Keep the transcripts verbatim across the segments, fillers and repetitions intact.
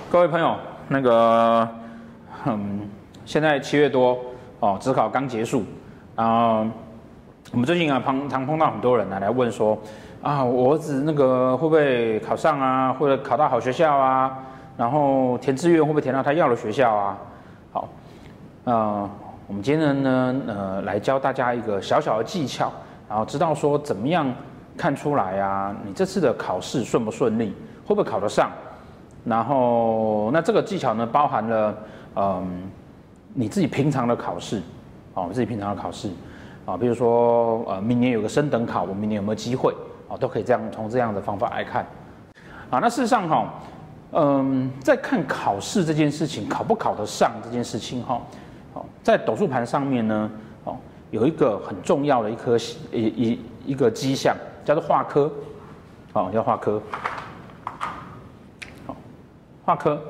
各位朋友，那个，嗯，现在七月多哦，指考刚结束，然后我们最近啊，常常碰到很多人来来问说，啊，我儿子那个会不会考上啊，或者考到好学校啊，然后填志愿会不会填到他要的学校啊？好，呃，我们今天呢，呃，来教大家一个小小的技巧，然后知道说怎么样看出来啊，你这次的考试顺不顺利，会不会考得上？然后，那这个技巧呢，包含了，嗯，你自己平常的考试，哦，自己平常的考试，啊，比如说，呃，明年有个升等考，我明年有没有机会，啊，都可以这样从这样的方法来看，啊，那事实上哈，嗯，在看考试这件事情，考不考得上这件事情哈，哦，在斗数盘上面呢，哦，有一个很重要的一颗一一一个迹象，叫做化科，哦，叫化科。化科，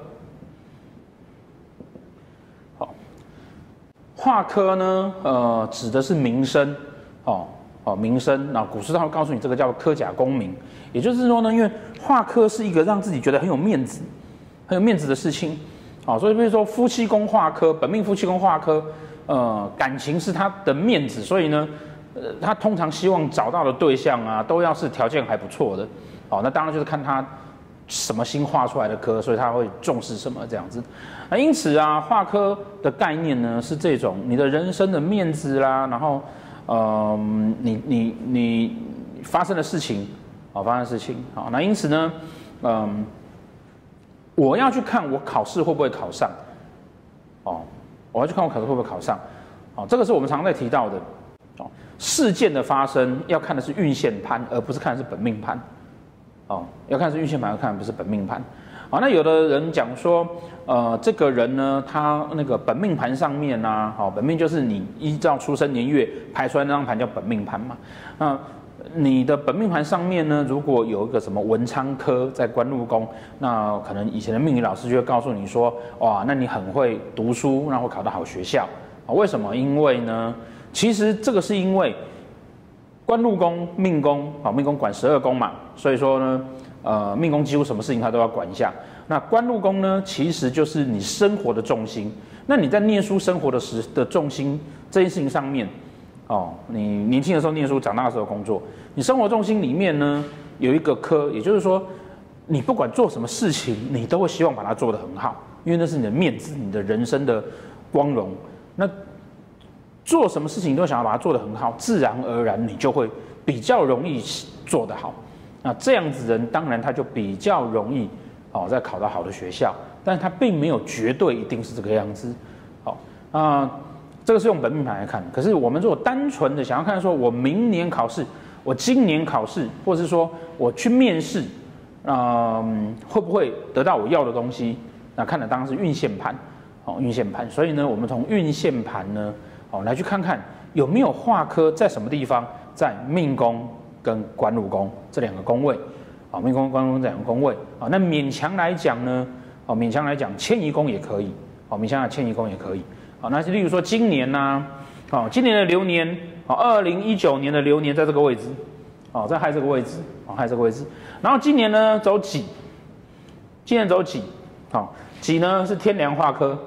好，化科呢，呃，指的是名声，哦哦，名声。那古时他会告诉你，这个叫科甲功名，也就是说呢，因为化科是一个让自己觉得很有面子、很有面子的事情，哦，所以比如说夫妻宫化科，本命夫妻宫化科，呃，感情是他的面子，所以呢，呃，他通常希望找到的对象啊，都要是条件还不错的，哦，那当然就是看他什么星画出来的科，所以他会重视什么这样子。那因此啊，化科的概念呢是这种你的人生的面子啦，然后呃，你你你发生的事情，哦，发生的事情，好，那因此呢，嗯，我要去看我考试会不会考上，哦，我要去看我考试会不会考上，哦，这个是我们常在提到的，哦，事件的发生要看的是运线盘，而不是看的是本命盘。哦，要看是运线盘，要看不是本命盘。好，那有的人讲说，呃，这个人呢，他那个本命盘上面啊，好，本命就是你依照出生年月排出来那张盘叫本命盘嘛。那你的本命盘上面呢，如果有一个什么文昌科在官禄宫，那可能以前的命理老师就会告诉你说，哇，那你很会读书，那会考到好学校。啊，为什么？因为呢，其实这个是因为官禄宫、命宫，好，命宫管十二宫嘛，所以说呢，呃，命宫几乎什么事情他都要管一下。那官禄宫呢，其实就是你生活的重心。那你在念书生活的时的重心这件事情上面，哦，你年轻的时候念书，长大的时候工作，你生活重心里面呢有一个科，也就是说，你不管做什么事情，你都会希望把它做得很好，因为那是你的面子，你的人生的光荣。那做什么事情都想要把它做得很好，自然而然你就会比较容易做得好。那这样子人，当然他就比较容易哦，再考到好的学校，但是他并没有绝对一定是这个样子。好，啊、呃，这个是用本命盘来看。可是我们如果单纯的想要看说，我明年考试，我今年考试，或者是说我去面试，嗯、呃，会不会得到我要的东西？那看的当然是运线盘，哦，运线盘。所以呢，我们从运线盘呢。哦，来去看看有没有化科在什么地方，在命宫跟官禄宫这两个宫位，啊，命宫、官禄宫这两个宫位，啊，那勉强来讲呢，哦，勉强来讲迁移宫也可以，哦，勉强来迁移宫也可以，好，那例如说今年呢、啊，哦，今年的流年，哦，二零一九年的流年在这个位置，哦，在亥这个位置，哦，亥这个位置，然后今年呢走己，今年走己，好，己呢是天梁化科。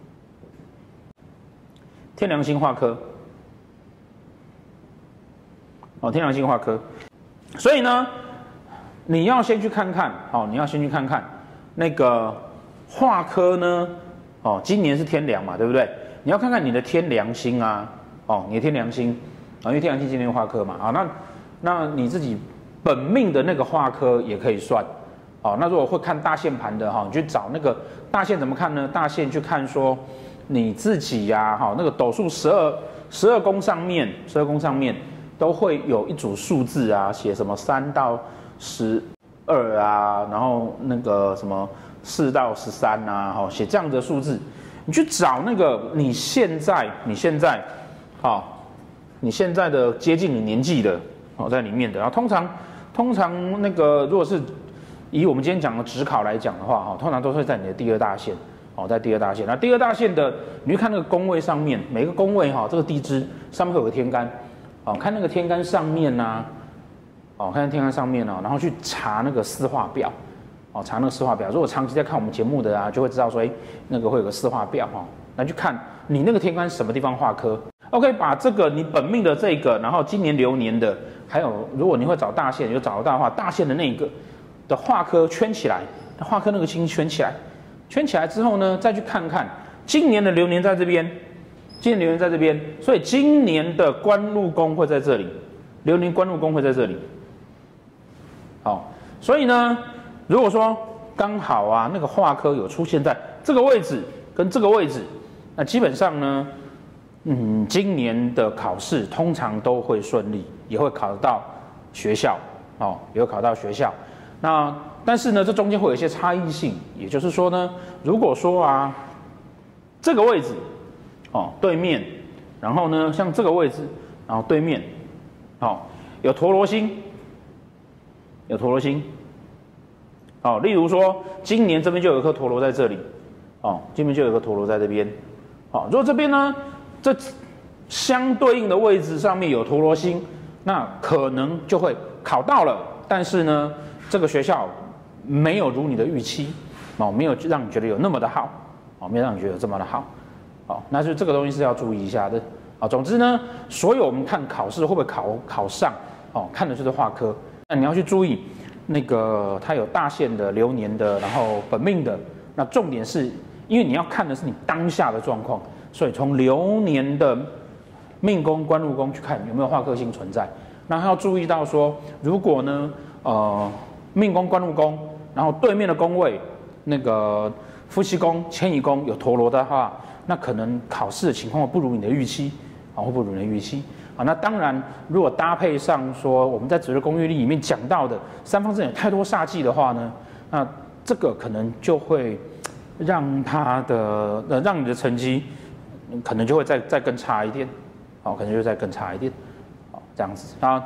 天梁星化科，哦，天梁星化科，所以呢，你要先去看看，哦，你要先去看看那个化科呢，哦，今年是天梁嘛，对不对？你要看看你的天梁星啊，哦，你的天梁星，啊、哦，因为天梁星今年化科嘛，啊、哦，那那你自己本命的那个化科也可以算，哦，那如果会看大线盘的哈、哦，你去找那个大线怎么看呢？大线去看说。你自己呀、啊，哈，那个斗数十二十二宫上面，十二宫上面都会有一组数字啊，写什么三到十二啊，然后那个什么四到十三啊，哈，写这样的数字，你去找那个你现在你现在，好，你现在的接近你年纪的，哦，在里面的，然后通常通常那个如果是以我们今天讲的指考来讲的话，哈，通常都是在你的第二大线。哦，在第二大线，那第二大线的，你去看那个宫位上面，每个宫位哈、哦，这个地支上面会有个天干，哦，看那个天干上面呐、啊，哦，看天干上面哦，然后去查那个四化表， 哦，查那个四化表。如果长期在看我们节目的啊，就会知道说，哎，那个会有个四化表哈，来去看你那个天干什么地方化科。OK， 把这个你本命的这个，然后今年流年的，还有如果你会找大限，有找得到的话，大限的那个的化科圈起来，化科那个星圈起来，圈起来之后呢，再去看看今年的流年在这边，今年流年在这边，所以今年的官禄宫会在这里，流年官禄宫会在这里。好，所以呢，如果说刚好啊，那个化科有出现在这个位置跟这个位置，那基本上呢。嗯，今年的考试通常都会顺利，也会考得到学校，哦，也会考到学校。那但是呢，这中间会有一些差异性，也就是说呢，如果说啊，这个位置，哦，对面，然后呢，像这个位置，然后对面，哦，有陀罗星，有陀罗星，哦，例如说，今年这边就有一颗陀罗在这里，哦，这边就有一个陀罗在这边，哦，如果这边呢？这相对应的位置上面有陀罗星，那可能就会考到了，但是呢，这个学校没有如你的预期，哦，没有让你觉得有那么的好，哦，没有让你觉得有这么的好，哦，那就这个东西是要注意一下的，啊，总之呢，所有我们看考试会不会考考上，哦，看的就是化科，那你要去注意那个它有大限的、流年的，然后本命的，那重点是因为你要看的是你当下的状况。所以从流年的命宫、官禄宫去看有没有化科星存在，那还要注意到说，如果呢，呃，命宫、官禄宫，然后对面的宫位那个夫妻宫、迁移宫有陀罗的话，那可能考试的情况不如你的预期，啊，会不如你的预期啊。那当然，如果搭配上说我们在紫微攻略历里面讲到的三方阵有太多煞忌的话呢，那这个可能就会让他的呃让你的成绩。可能就会再再更差一点，好，可能就再更差一点，好，这样子啊。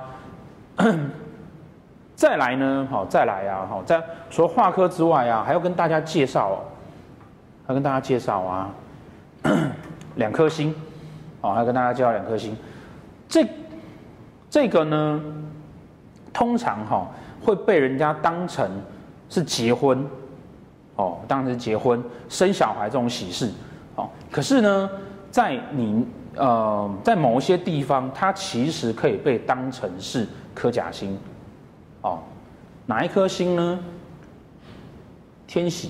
再来呢，好，再来啊，好，在除了化科之外啊，还要跟大家介绍哦，还要跟大家介绍啊，两颗星，好，还要跟大家介绍两颗星。这这个呢，通常哈、哦、会被人家当成是结婚，哦，当成是结婚生小孩这种喜事，哦，可是呢。在你呃，在某一些地方，它其实可以被当成是科甲星，哦，哪一颗星呢？天喜，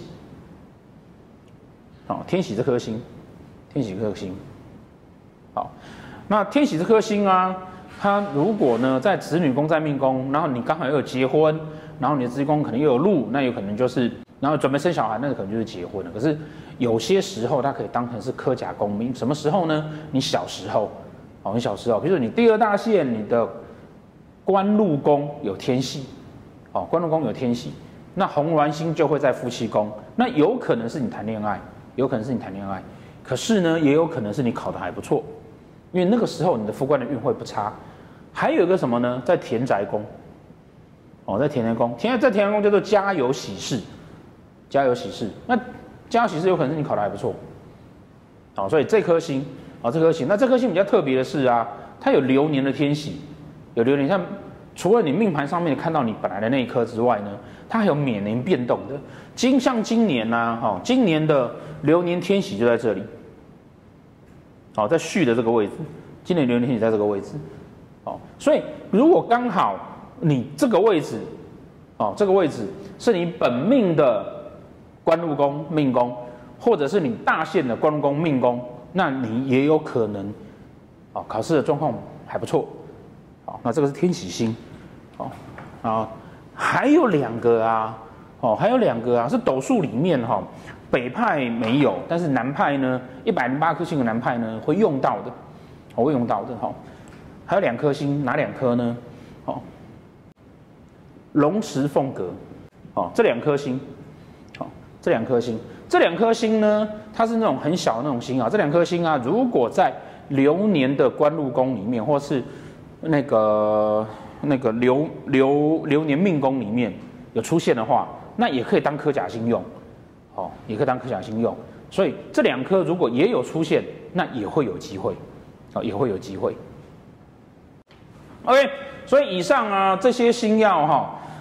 哦，天喜这颗星，天喜这颗星，好，那天喜这颗星啊，它如果呢在子女宫在命宫，然后你刚好又有结婚，然后你的子女宫可能又有禄，那有可能就是，然后准备生小孩，那可能就是结婚了。可是有些时候它可以当成是科甲功名，什么时候呢？你小时候，哦，你小时候，比如说你第二大限，你的官禄宫有天喜，哦，官禄宫有天喜，那红鸾星就会在夫妻宫，那有可能是你谈恋爱，有可能是你谈恋爱，可是呢，也有可能是你考得还不错，因为那个时候你的夫官的运会不差。还有一个什么呢？在田宅宫，哦，在田宅宫，田在田宅宫叫做家有喜事，家有喜事，那。家有喜事有可能是你考得还不错，好，所以这颗星，啊，这颗星，那这颗星比较特别的是啊，它有流年的天喜，有流年，像除了你命盘上面看到你本来的那一颗之外呢，它还有每年变动的。今像今年呢、啊，哈，今年的流年天喜就在这里，好，在戌的这个位置，今年流年天喜在这个位置，好，所以如果刚好你这个位置，哦，这个位置是你本命的。官禄宫、命宫，或者是你大限的官禄宫、命宫，那你也有可能，哦，考试的状况还不错，好，那这个是天喜星，哦，啊，还有两个啊，哦，还有两个啊，是斗数里面哈、哦，北派没有，但是南派呢，一百零八颗星的南派呢会用到的，我、哦、会用到的哈、哦，还有两颗星，哪两颗呢？哦，龙池凤阁，哦，这两颗星。这两颗星，这两颗星呢，它是那种很小的那种星啊。这两颗星啊，如果在流年的官禄宫里面，或是那个那个流流流年命宫里面有出现的话，那也可以当科甲星用，哦，也可以当科甲星用。所以这两颗如果也有出现，那也会有机会，哦，也会有机会。OK， 所以以上啊这些星曜哈。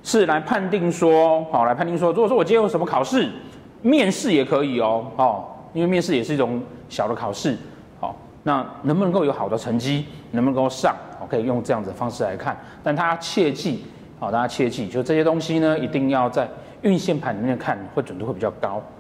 是来判定说，好，来判定说，如果说我今天有什么考试，面试也可以哦，哦，因为面试也是一种小的考试，好，那能不能够有好的成绩，能不能够上，好，可以用这样子的方式来看，但大家切记，好，大家切记，就这些东西呢，一定要在运线盘里面看，会准度会比较高。